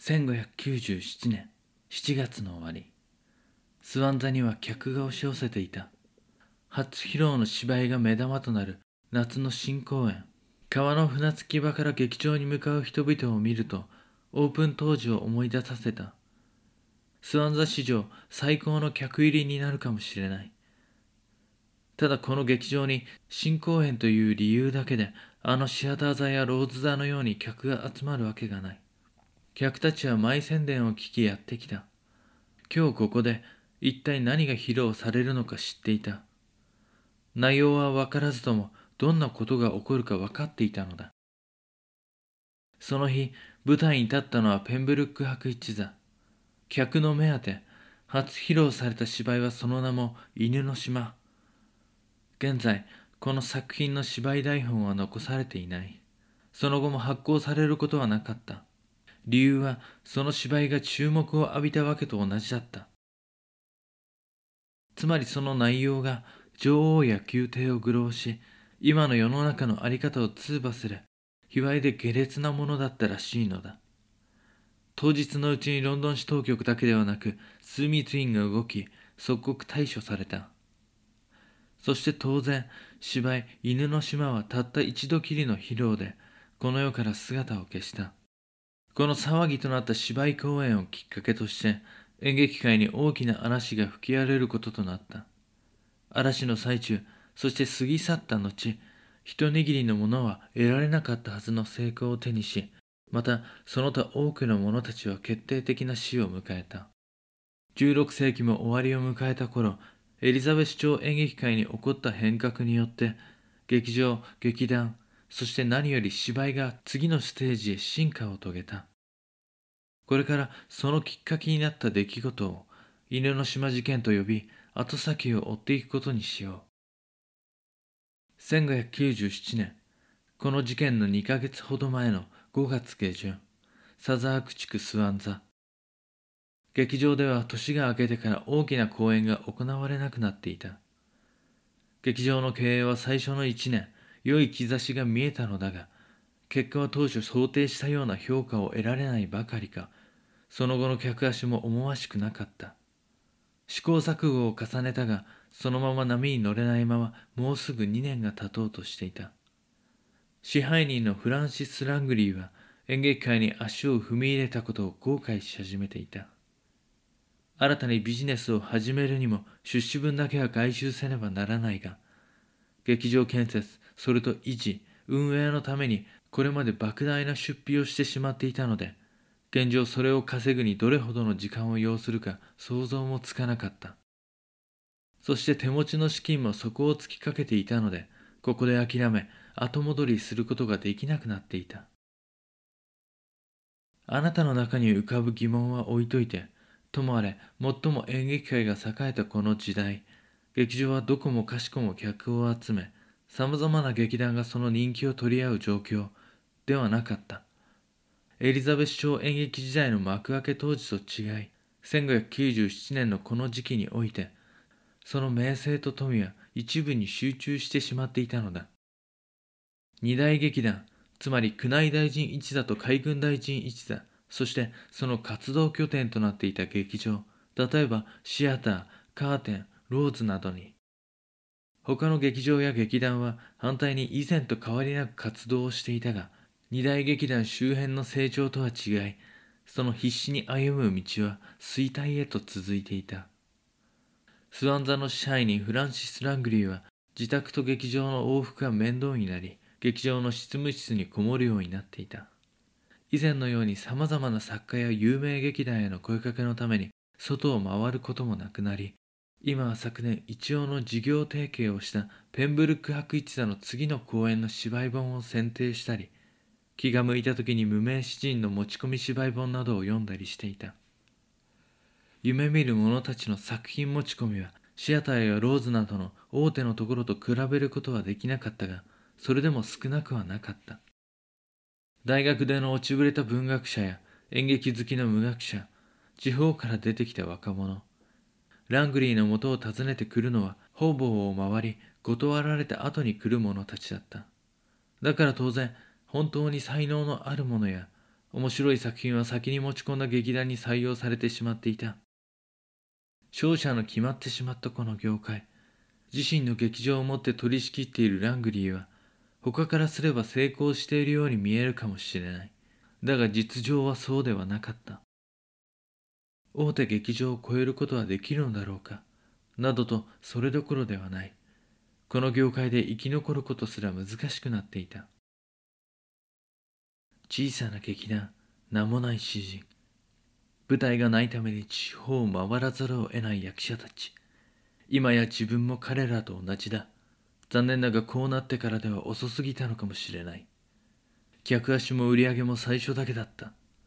1597年7月の終わり、スワン座には客が押し寄せていた。初披露の芝居が目玉となる夏の新公演。川の船着き場から劇場に向かう人々を見ると、オープン当時を思い出させた。スワン座史上最高の客入りになるかもしれない。ただこの劇場に新公演という理由だけで、あのシアター座やローズ座のように客が集まるわけがない。客たちは前宣伝を聞きやってきた。今日ここで一体何が披露されるのか知っていた。内容は分からずともどんなことが起こるか分かっていたのだ。その日、舞台に立ったのはペンブルック博一座。客の目当て、初披露された芝居はその名も犬の島。現在、この作品の芝居台本は残されていない。その後も発行されることはなかった。理由はその芝居が注目を浴びたわけと同じだった。つまりその内容が女王や宮廷を愚弄し、今の世の中の在り方を通過する卑猥で下劣なものだったらしいのだ。当日のうちにロンドン市当局だけではなくスーミーツインが動き、即刻対処された。そして当然、芝居犬の島はたった一度きりの披露でこの世から姿を消した。この騒ぎとなった芝居公演をきっかけとして演劇界に大きな嵐が吹き荒れることとなった。嵐の最中、そして過ぎ去った後、一握りの者は得られなかったはずの成功を手にし、またその他多くの者たちは決定的な死を迎えた。16世紀も終わりを迎えた頃、エリザベス朝演劇界に起こった変革によって、劇場、劇団、そして何より芝居が次のステージへ進化を遂げた。これからそのきっかけになった出来事を犬の島事件と呼び、後先を追っていくことにしよう。1597年、この事件の2ヶ月ほど前の5月下旬、サザーク地区スワン座。劇場では年が明けてから大きな公演が行われなくなっていた。劇場の経営は最初の1年、良い兆しが見えたのだが、結果は当初想定したような評価を得られないばかりか、その後の客足も思わしくなかった。試行錯誤を重ねたが、そのまま波に乗れないまま、もうすぐ2年が経とうとしていた。支配人のフランシス・ラングリーは、演劇界に足を踏み入れたことを後悔し始めていた。新たにビジネスを始めるにも出資分だけは回収せねばならないが、劇場建設、それと維持、運営のためにこれまで莫大な出費をしてしまっていたので、現状それを稼ぐにどれほどの時間を要するか想像もつかなかった。そして手持ちの資金も底をつきかけていたので、ここで諦め、後戻りすることができなくなっていた。あなたの中に浮かぶ疑問は置いといて、ともあれ、最も演劇界が栄えたこの時代、劇場はどこもかしこも客を集め、様々な劇団がその人気を取り合う状況ではなかった。エリザベス朝演劇時代の幕開け当時と違い、1597年のこの時期において、その名声と富は一部に集中してしまっていたのだ。二大劇団、つまり宮内大臣一座と海軍大臣一座、そしてその活動拠点となっていた劇場、例えばシアター、カーテン、ローズなどに。他の劇場や劇団は反対に以前と変わりなく活動をしていたが、二大劇団周辺の成長とは違い、その必死に歩む道は衰退へと続いていた。スワン座の支配人フランシス・ラングリーは自宅と劇場の往復が面倒になり、劇場の執務室にこもるようになっていた。以前のように様々な作家や有名劇団への声かけのために外を回ることもなくなり、今は昨年一応の事業提携をしたペンブルック博一座の次の公演の芝居本を選定したり、気が向いた時に無名詩人の持ち込み芝居本などを読んだりしていた。夢見る者たちの作品持ち込みはシアターやローズなどの大手のところと比べることはできなかったが、それでも少なくはなかった。大学での落ちぶれた文学者や演劇好きの無学者、地方から出てきた若者、ラングリーの元を訪ねてくるのは方々を回り断られた後に来る者たちだった。だから当然、本当に才能のある者や面白い作品は先に持ち込んだ劇団に採用されてしまっていた。勝者の決まってしまったこの業界、自身の劇場を持って取り仕切っているラングリーは、他からすれば成功しているように見えるかもしれない。だが実情はそうではなかった。大手劇場を超えることはできるのだろうか、などとそれどころではない。この業界で生き残ることすら難しくなっていた。小さな劇団、名もない詩人、舞台がないために地方を回らざるを得ない役者たち。今や自分も彼らと同じだ。残念だがこうなってからでは遅すぎたのかもしれない。客足も売り上げも最初だけだった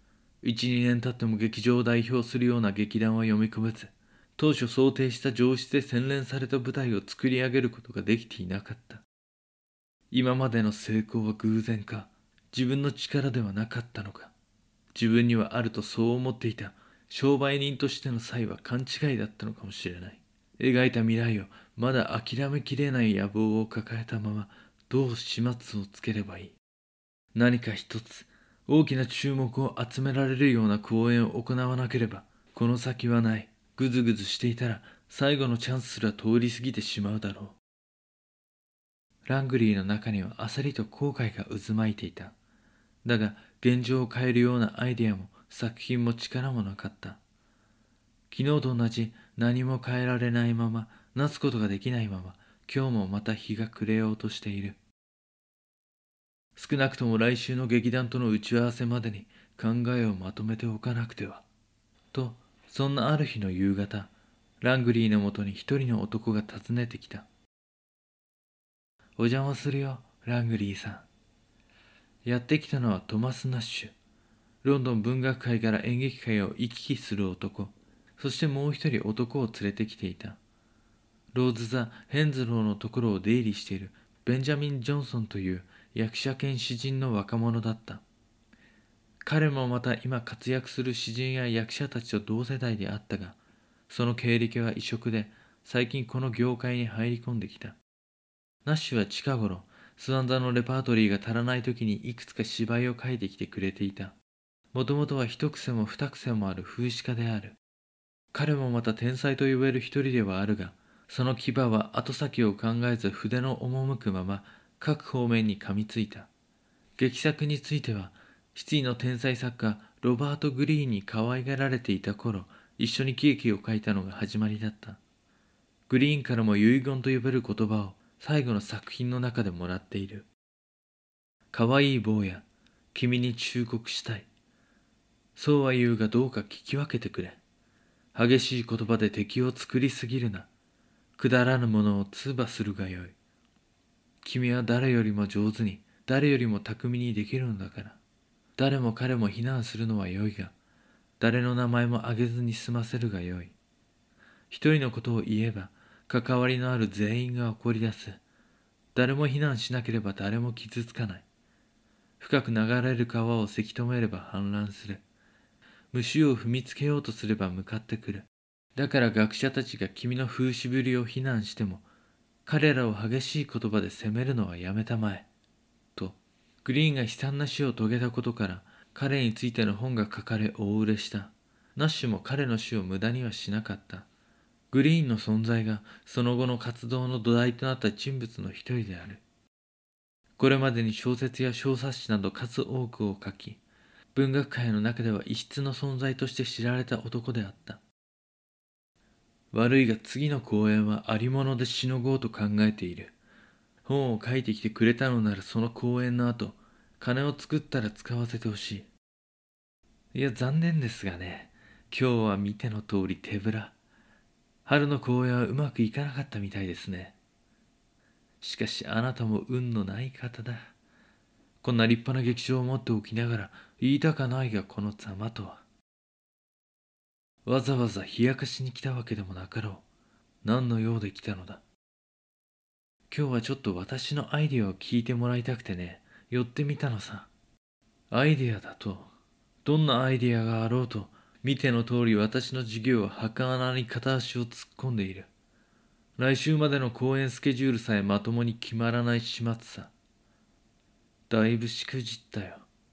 。1、2年経っても劇場を代表するような劇団は読み込めず、当初想定した上質で洗練された舞台を作り上げることができていなかった。今までの成功は偶然か、自分の力ではなかったのか。自分にはあるとそう思っていた商売人としての才は勘違いだったのかもしれない。描いた未来をまだ諦めきれない野望を抱えたまま、どう始末をつければいい。何か一つ大きな注目を集められるような公演を行わなければ、この先はない。ぐずぐずしていたら最後のチャンスすら通り過ぎてしまうだろう。ラングリーの中には焦りと後悔が渦巻いていた。だが現状を変えるようなアイデアも作品も力もなかった。昨日と同じ何も変えられないまま、なすことができないまま、今日もまた日が暮れようとしている。少なくとも来週の劇団との打ち合わせまでに考えをまとめておかなくては。と、そんなある日の夕方、ラングリーのもとに一人の男が訪ねてきた。お邪魔するよ、ラングリーさん。やってきたのはトマス・ナッシュ。ロンドン文学界から演劇界を行き来する男。そしてもう一人男を連れてきていた。ローズ・ザ・ヘンズローのところを出入りしているベンジャミン・ジョンソンという役者兼詩人の若者だった。彼もまた今活躍する詩人や役者たちと同世代であったが、その経歴は異色で、最近この業界に入り込んできた。ナッシュは近頃、スワン座のレパートリーが足らない時にいくつか芝居を書いてきてくれていた。もともとは一癖も二癖もある風刺家である。彼もまた天才と言える一人ではあるが、その牙は後先を考えず筆の赴くまま各方面に噛みついた。劇作については、失意の天才作家ロバート・グリーンに可愛がられていた頃、一緒に喜劇を書いたのが始まりだった。グリーンからも遺言と呼べる言葉を最後の作品の中でもらっている。可愛い坊や、君に忠告したい。そうは言うがどうか聞き分けてくれ。激しい言葉で敵を作りすぎるな。くだらぬものを唾するがよい。君は誰よりも上手に、誰よりも巧みにできるのだから。誰も彼も非難するのはよいが、誰の名前も挙げずに済ませるがよい。一人のことを言えば、関わりのある全員が怒り出す。誰も非難しなければ誰も傷つかない。深く流れる川をせき止めれば氾濫する。虫を踏みつけようとすれば向かってくる。だから学者たちが君の風刺ぶりを非難しても、彼らを激しい言葉で責めるのはやめたまえ。と、グリーンが悲惨な死を遂げたことから、彼についての本が書かれ大売れした。ナッシュも彼の死を無駄にはしなかった。グリーンの存在がその後の活動の土台となった人物の一人である。これまでに小説や小冊子など数多くを書き、文学界の中では異質の存在として知られた男であった。悪いが次の公演はありものでしのごうと考えている。本を書いてきてくれたのならその公演の後、金を作ったら使わせてほしい。いや残念ですがね、今日は見ての通り手ぶら。春の公演はうまくいかなかったみたいですね。しかしあなたも運のない方だ。こんな立派な劇場を持っておきながら言いたかないがこのざまとは。わざわざ冷やかしに来たわけでもなかろう。何の用で来たのだ。今日はちょっと私のアイディアを聞いてもらいたくてね、寄ってみたのさ。アイディアだと、どんなアイディアがあろうと、見ての通り私の授業は墓穴に片足を突っ込んでいる。来週までの公演スケジュールさえまともに決まらない始末さ。だいぶしくじったよ。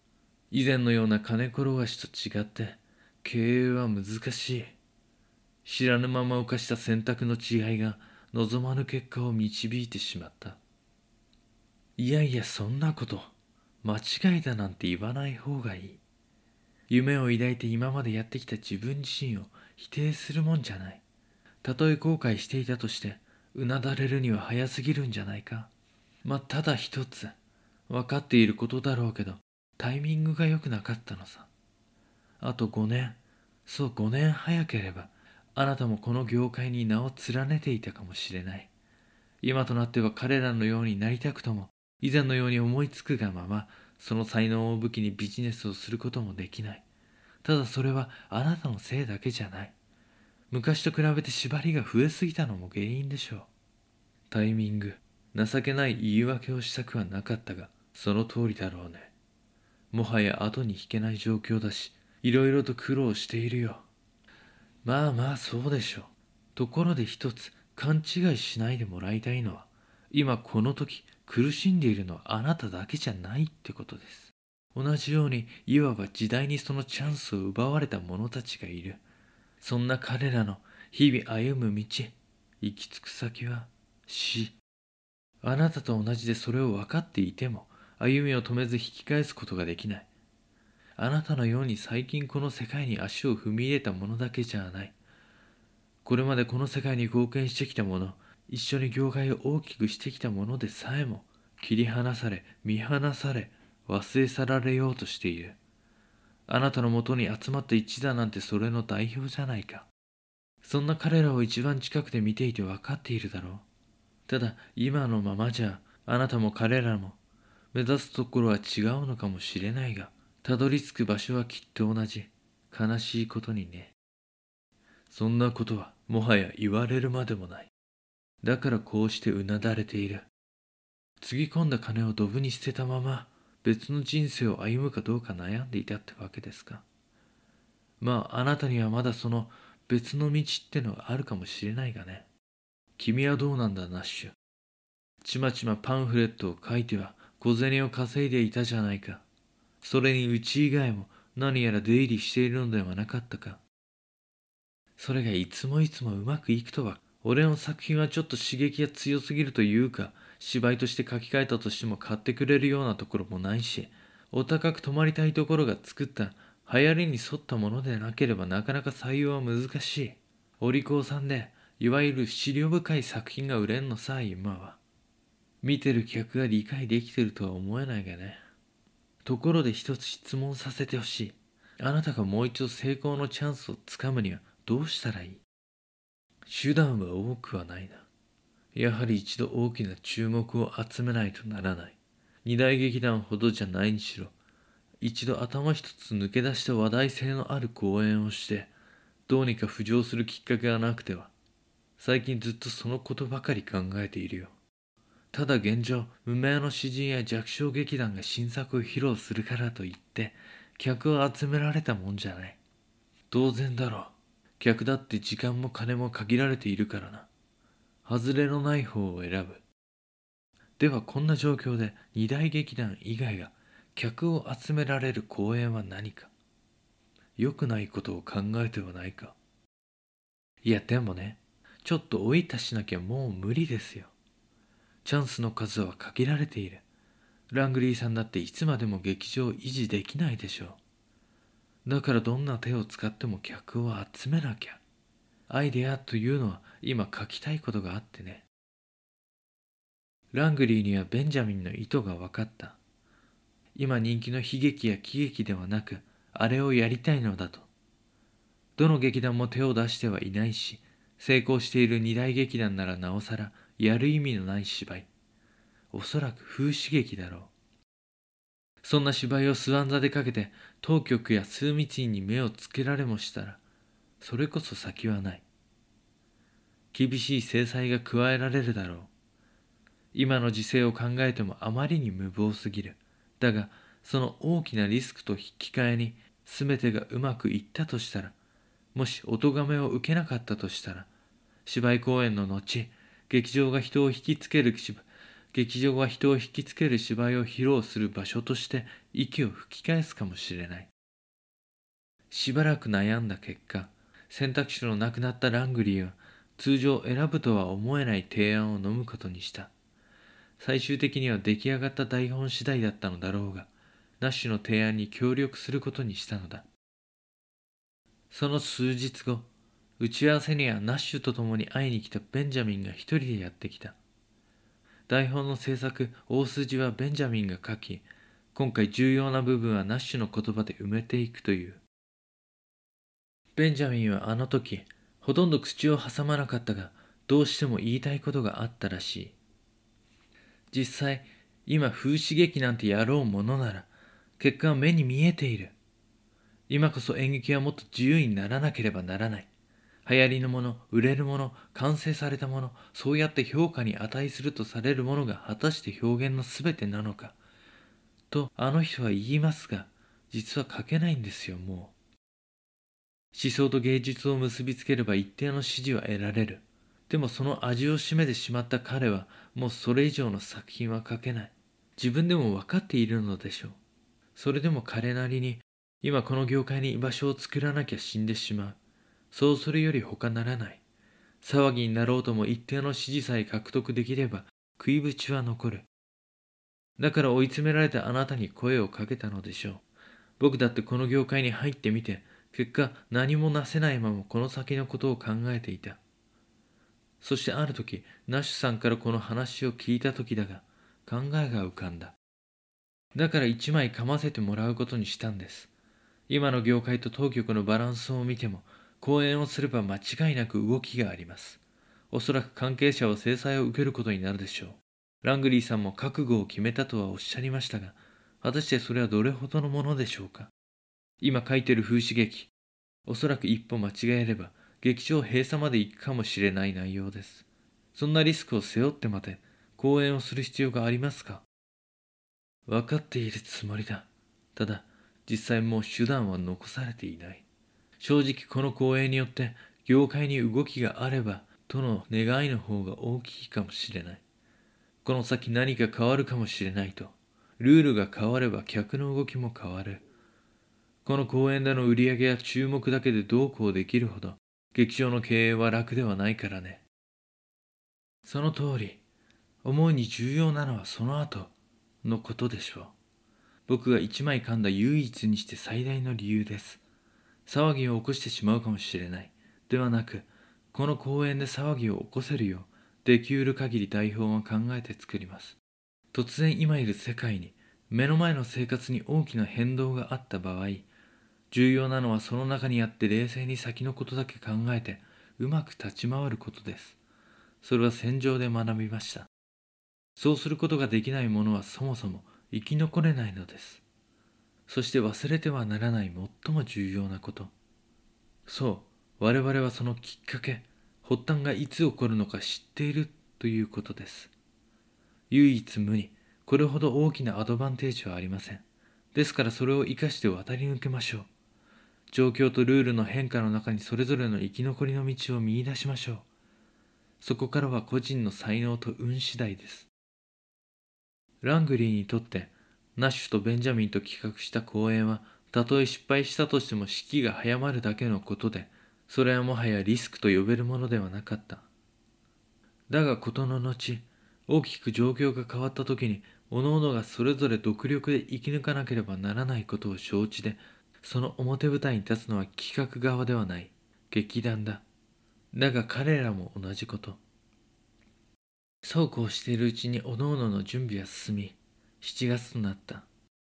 以前のような金転がしと違って経営は難しい。知らぬまま犯した選択の違いが望まぬ結果を導いてしまった。いやいや、そんなこと間違いだなんて言わない方がいい。夢を抱いて今までやってきた自分自身を否定するもんじゃない。たとえ後悔していたとしてうなだれるには早すぎるんじゃないか。ただ一つ分かっていることだろうけど、タイミングが良くなかったのさ。あと5年、そう5年早ければあなたもこの業界に名を連ねていたかもしれない。今となっては彼らのようになりたくとも以前のように思いつくがままその才能を武器にビジネスをすることもできない。ただそれはあなたのせいだけじゃない。昔と比べて縛りが増えすぎたのも原因でしょう。タイミング、情けない言い訳をしたくはなかったが、その通りだろうね。もはや後に引けない状況だし、いろいろと苦労しているよ。そうでしょう。ところで一つ勘違いしないでもらいたいのは、今この時苦しんでいるのはあなただけじゃないってことです。同じようにいわば時代にそのチャンスを奪われた者たちがいる。そんな彼らの日々歩む道、行き着く先は死。あなたと同じでそれを分かっていても歩みを止めず引き返すことができない。あなたのように最近この世界に足を踏み入れた者だけじゃない。これまでこの世界に貢献してきた者、一緒に業界を大きくしてきた者でさえも切り離され、見放され、忘れ去られようとしている。あなたのもとに集まった一打なんてそれの代表じゃないか。そんな彼らを一番近くで見ていて分かっているだろう。ただ今のままじゃあなたも彼らも目指すところは違うのかもしれないが、たどり着く場所はきっと同じ。悲しいことにね。そんなことはもはや言われるまでもない。だからこうしてうなだれている。つぎ込んだ金をドブに捨てたまま別の人生を歩むかどうか悩んでいたってわけですか。あなたにはまだその別の道ってのがあるかもしれないがね。君はどうなんだ、ナッシュ。ちまちまパンフレットを書いては小銭を稼いでいたじゃないか。それにうち以外も何やら出入りしているのではなかったか。それがいつもいつもうまくいくとは。俺の作品はちょっと刺激が強すぎるというか、芝居として書き換えたとしても買ってくれるようなところもないし、お高く泊まりたいところが作った流行りに沿ったものでなければなかなか採用は難しい。お利口さんで、いわゆる資料深い作品が売れんのさ、今は。見てる客が理解できてるとは思えないがね。ところで一つ質問させてほしい。あなたがもう一度成功のチャンスをつかむにはどうしたらいい？手段は多くはないな。やはり一度大きな注目を集めないとならない。二大劇団ほどじゃないにしろ、一度頭一つ抜け出した話題性のある公演をして、どうにか浮上するきっかけがなくては。最近ずっとそのことばかり考えているよ。ただ現状、無名の詩人や弱小劇団が新作を披露するからといって、客を集められたもんじゃない。当然だろう。客だって時間も金も限られているからな。外れのない方を選ぶ。ではこんな状況で二大劇団以外が客を集められる公演は何か。良くないことを考えてはないか。いやでもね、ちょっと追い足しなきゃもう無理ですよ。チャンスの数は限られている。ラングリーさんだっていつまでも劇場を維持できないでしょう。だからどんな手を使っても客を集めなきゃ。アイデアというのは今書きたいことがあってね。ラングリーにはベンジャミンの意図が分かった。今人気の悲劇や喜劇ではなく、あれをやりたいのだと。どの劇団も手を出してはいないし、成功している二大劇団ならなおさらやる意味のない芝居。おそらく風刺劇だろう。そんな芝居をスワン座でかけて当局や枢密院に目をつけられもしたら、それこそ先はない。厳しい制裁が加えられるだろう。今の時勢を考えてもあまりに無謀すぎる。だが、その大きなリスクと引き換えに全てがうまくいったとしたら、もしお咎めを受けなかったとしたら、芝居公演の後、劇場が人を引きつける劇場は人を引きつける芝居を披露する場所として息を吹き返すかもしれない。しばらく悩んだ結果、選択肢のなくなったラングリーは通常選ぶとは思えない提案を飲むことにした。最終的には出来上がった台本次第だったのだろうが、ナッシュの提案に協力することにしたのだ。その数日後、打ち合わせにはナッシュと共に会いに来たベンジャミンが一人でやってきた。台本の制作、大筋はベンジャミンが書き、今回重要な部分はナッシュの言葉で埋めていくという。ベンジャミンはあの時、ほとんど口を挟まなかったが、どうしても言いたいことがあったらしい。実際、今風刺劇なんてやろうものなら、結果は目に見えている。今こそ演劇はもっと自由にならなければならない。流行りのもの、売れるもの、完成されたもの、そうやって評価に値するとされるものが果たして表現のすべてなのか。とあの人は言いますが、実は書けないんですよ、もう。思想と芸術を結びつければ一定の支持は得られる。でもその味を占めてしまった彼は、もうそれ以上の作品は書けない。自分でも分かっているのでしょう。それでも彼なりに、今この業界に居場所を作らなきゃ死んでしまう。そうするより他ならない。騒ぎになろうとも一定の支持さえ獲得できれば、食いぶちは残る。だから追い詰められたあなたに声をかけたのでしょう。僕だってこの業界に入ってみて、結果何もなせないままこの先のことを考えていた。そしてある時、ナッシュさんからこの話を聞いた時だが、考えが浮かんだ。だから一枚噛ませてもらうことにしたんです。今の業界と当局のバランスを見ても、講演をすれば間違いなく動きがあります。おそらく関係者は制裁を受けることになるでしょう。ラングリーさんも覚悟を決めたとはおっしゃりましたが、果たしてそれはどれほどのものでしょうか。今書いてる風刺劇、おそらく一歩間違えれば、劇場閉鎖まで行くかもしれない内容です。そんなリスクを背負ってまで、講演をする必要がありますか。分かっているつもりだ。ただ、実際もう手段は残されていない。正直この講演によって業界に動きがあればとの願いの方が大きいかもしれない。この先何か変わるかもしれないと。ルールが変われば客の動きも変わる。この公演での売り上げや注目だけでどうこうできるほど劇場の経営は楽ではないからね。その通り、思うに重要なのはその後のことでしょう。僕が一枚噛んだ唯一にして最大の理由です。騒ぎを起こしてしまうかもしれない。ではなく、この公園で騒ぎを起こせるよう、できうる限り台本を考えて作ります。突然今いる世界に、目の前の生活に大きな変動があった場合、重要なのはその中にあって冷静に先のことだけ考えて、うまく立ち回ることです。それは戦場で学びました。そうすることができない者はそもそも生き残れないのです。そして忘れてはならない最も重要なこと。そう、我々はそのきっかけ、発端がいつ起こるのか知っているということです。唯一無二、これほど大きなアドバンテージはありません。ですからそれを生かして渡り抜けましょう。状況とルールの変化の中にそれぞれの生き残りの道を見出しましょう。そこからは個人の才能と運次第です。ラングリーにとって、ナッシュとベンジャミンと企画した公演は、たとえ失敗したとしても士気が早まるだけのことで、それはもはやリスクと呼べるものではなかった。だが事の後、大きく状況が変わった時に、各々がそれぞれ独力で生き抜かなければならないことを承知で、その表舞台に立つのは企画側ではない、劇団だ。だが彼らも同じこと。そうこうしているうちに各々の準備は進み、7月となった。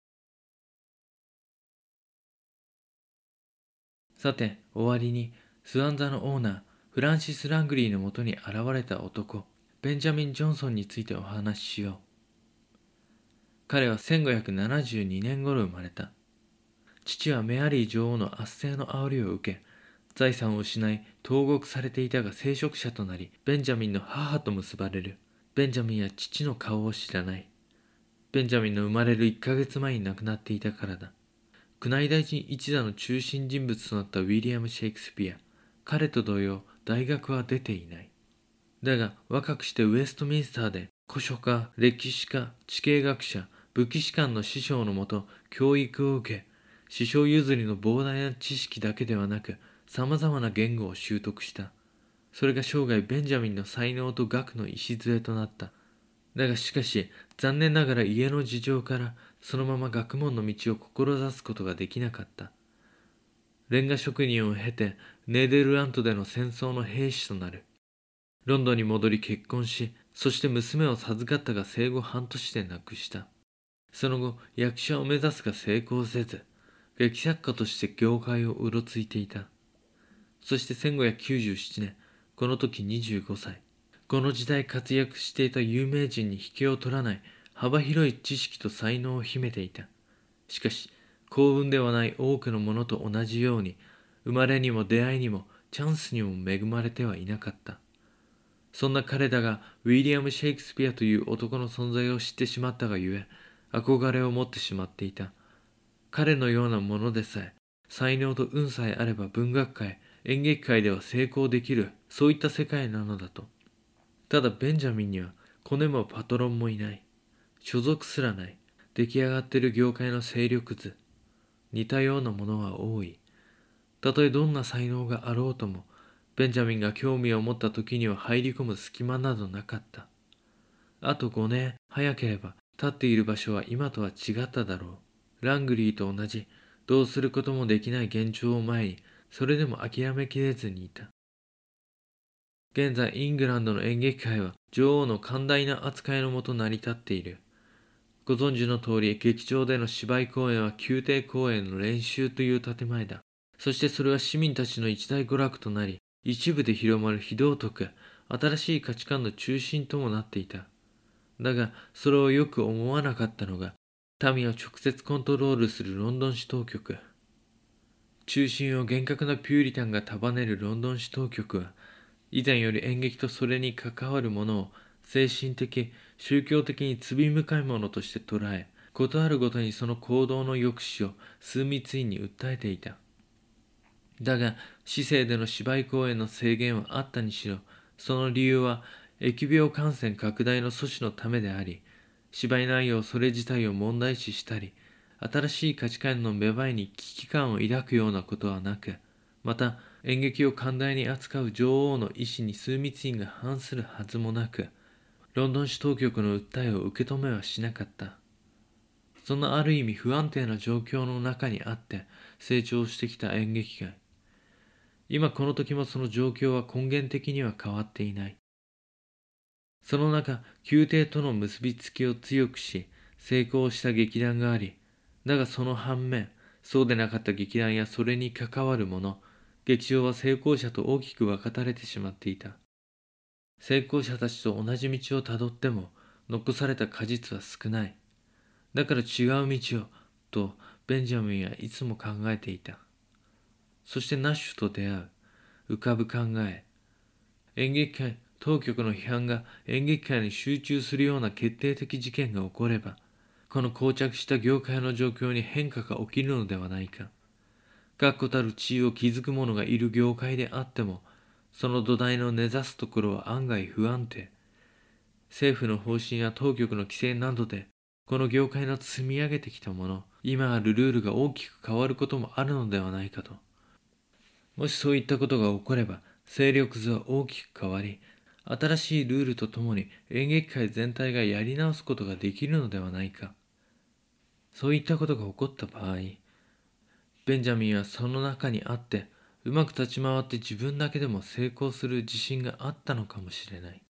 さて、終わりに、スワン座のオーナー、フランシス・ラングリーのもとに現れた男、ベンジャミン・ジョンソンについてお話ししよう。彼は1572年頃生まれた。父はメアリー女王の圧政の煽りを受け、財産を失い、投獄されていたが聖職者となり、ベンジャミンの母と結ばれる。ベンジャミンは父の顔を知らない。ベンジャミンの生まれる1ヶ月前に亡くなっていたからだ。宮内大臣一座の中心人物となったウィリアム・シェイクスピア。彼と同様、大学は出ていない。だが、若くしてウェストミンスターで古書家、歴史家、地形学者、武器士官の師匠のもと教育を受け、師匠譲りの膨大な知識だけではなく、様々な言語を習得した。それが生涯ベンジャミンの才能と学の礎となった。だがしかし、残念ながら家の事情からそのまま学問の道を志すことができなかった。レンガ職人を経て、ネーデルラントでの戦争の兵士となる。ロンドンに戻り結婚し、そして娘を授かったが生後半年で亡くした。その後、役者を目指すが成功せず、劇作家として業界をうろついていた。そして1597年、この時25歳。この時代活躍していた有名人に引けを取らない幅広い知識と才能を秘めていた。しかし、幸運ではない多くのものと同じように、生まれにも出会いにもチャンスにも恵まれてはいなかった。そんな彼だが、ウィリアム・シェイクスピアという男の存在を知ってしまったがゆえ、憧れを持ってしまっていた。彼のようなものでさえ、才能と運さえあれば文学界、演劇界では成功できる、そういった世界なのだと。ただベンジャミンにはコネもパトロンもいない。所属すらない。出来上がっている業界の勢力図。似たようなものは多い。たとえどんな才能があろうとも、ベンジャミンが興味を持った時には入り込む隙間などなかった。あと5年、早ければ立っている場所は今とは違っただろう。ラングリーと同じ、どうすることもできない現状を前に、それでも諦めきれずにいた。現在イングランドの演劇界は女王の寛大な扱いのもと成り立っている。ご存知の通り、劇場での芝居公演は宮廷公演の練習という建前だ。そしてそれは市民たちの一大娯楽となり、一部で広まる非道徳、新しい価値観の中心ともなっていた。だが、それをよく思わなかったのが、民を直接コントロールするロンドン市当局。中心を厳格なピューリタンが束ねるロンドン市当局は、以前より演劇とそれに関わるものを精神的、宗教的に罪深いものとして捉え、事あるごとにその行動の抑止を枢密院に訴えていた。だが、市政での芝居公演の制限はあったにしろ、その理由は疫病感染拡大の阻止のためであり、芝居内容それ自体を問題視したり、新しい価値観の芽生えに危機感を抱くようなことはなく、また演劇を寛大に扱う女王の意思に枢密院が反するはずもなく、ロンドン市当局の訴えを受け止めはしなかった。そんなある意味不安定な状況の中にあって成長してきた演劇界。今この時もその状況は根源的には変わっていない。その中、宮廷との結びつきを強くし、成功した劇団があり、だがその反面、そうでなかった劇団やそれに関わる者、劇場は成功者と大きく分かれてしまっていた。成功者たちと同じ道をたどっても、残された果実は少ない。だから違う道を、とベンジャミンはいつも考えていた。そしてナッシュと出会う、浮かぶ考え。演劇界、当局の批判が演劇界に集中するような決定的事件が起これば、この膠着した業界の状況に変化が起きるのではないか。確固たる地位を築く者がいる業界であっても、その土台の根ざすところは案外不安定。政府の方針や当局の規制などで、この業界の積み上げてきたもの、今あるルールが大きく変わることもあるのではないかと。もしそういったことが起これば、勢力図は大きく変わり、新しいルールとともに演劇界全体がやり直すことができるのではないか。そういったことが起こった場合、ベンジャミンはその中にあって、うまく立ち回って自分だけでも成功する自信があったのかもしれない。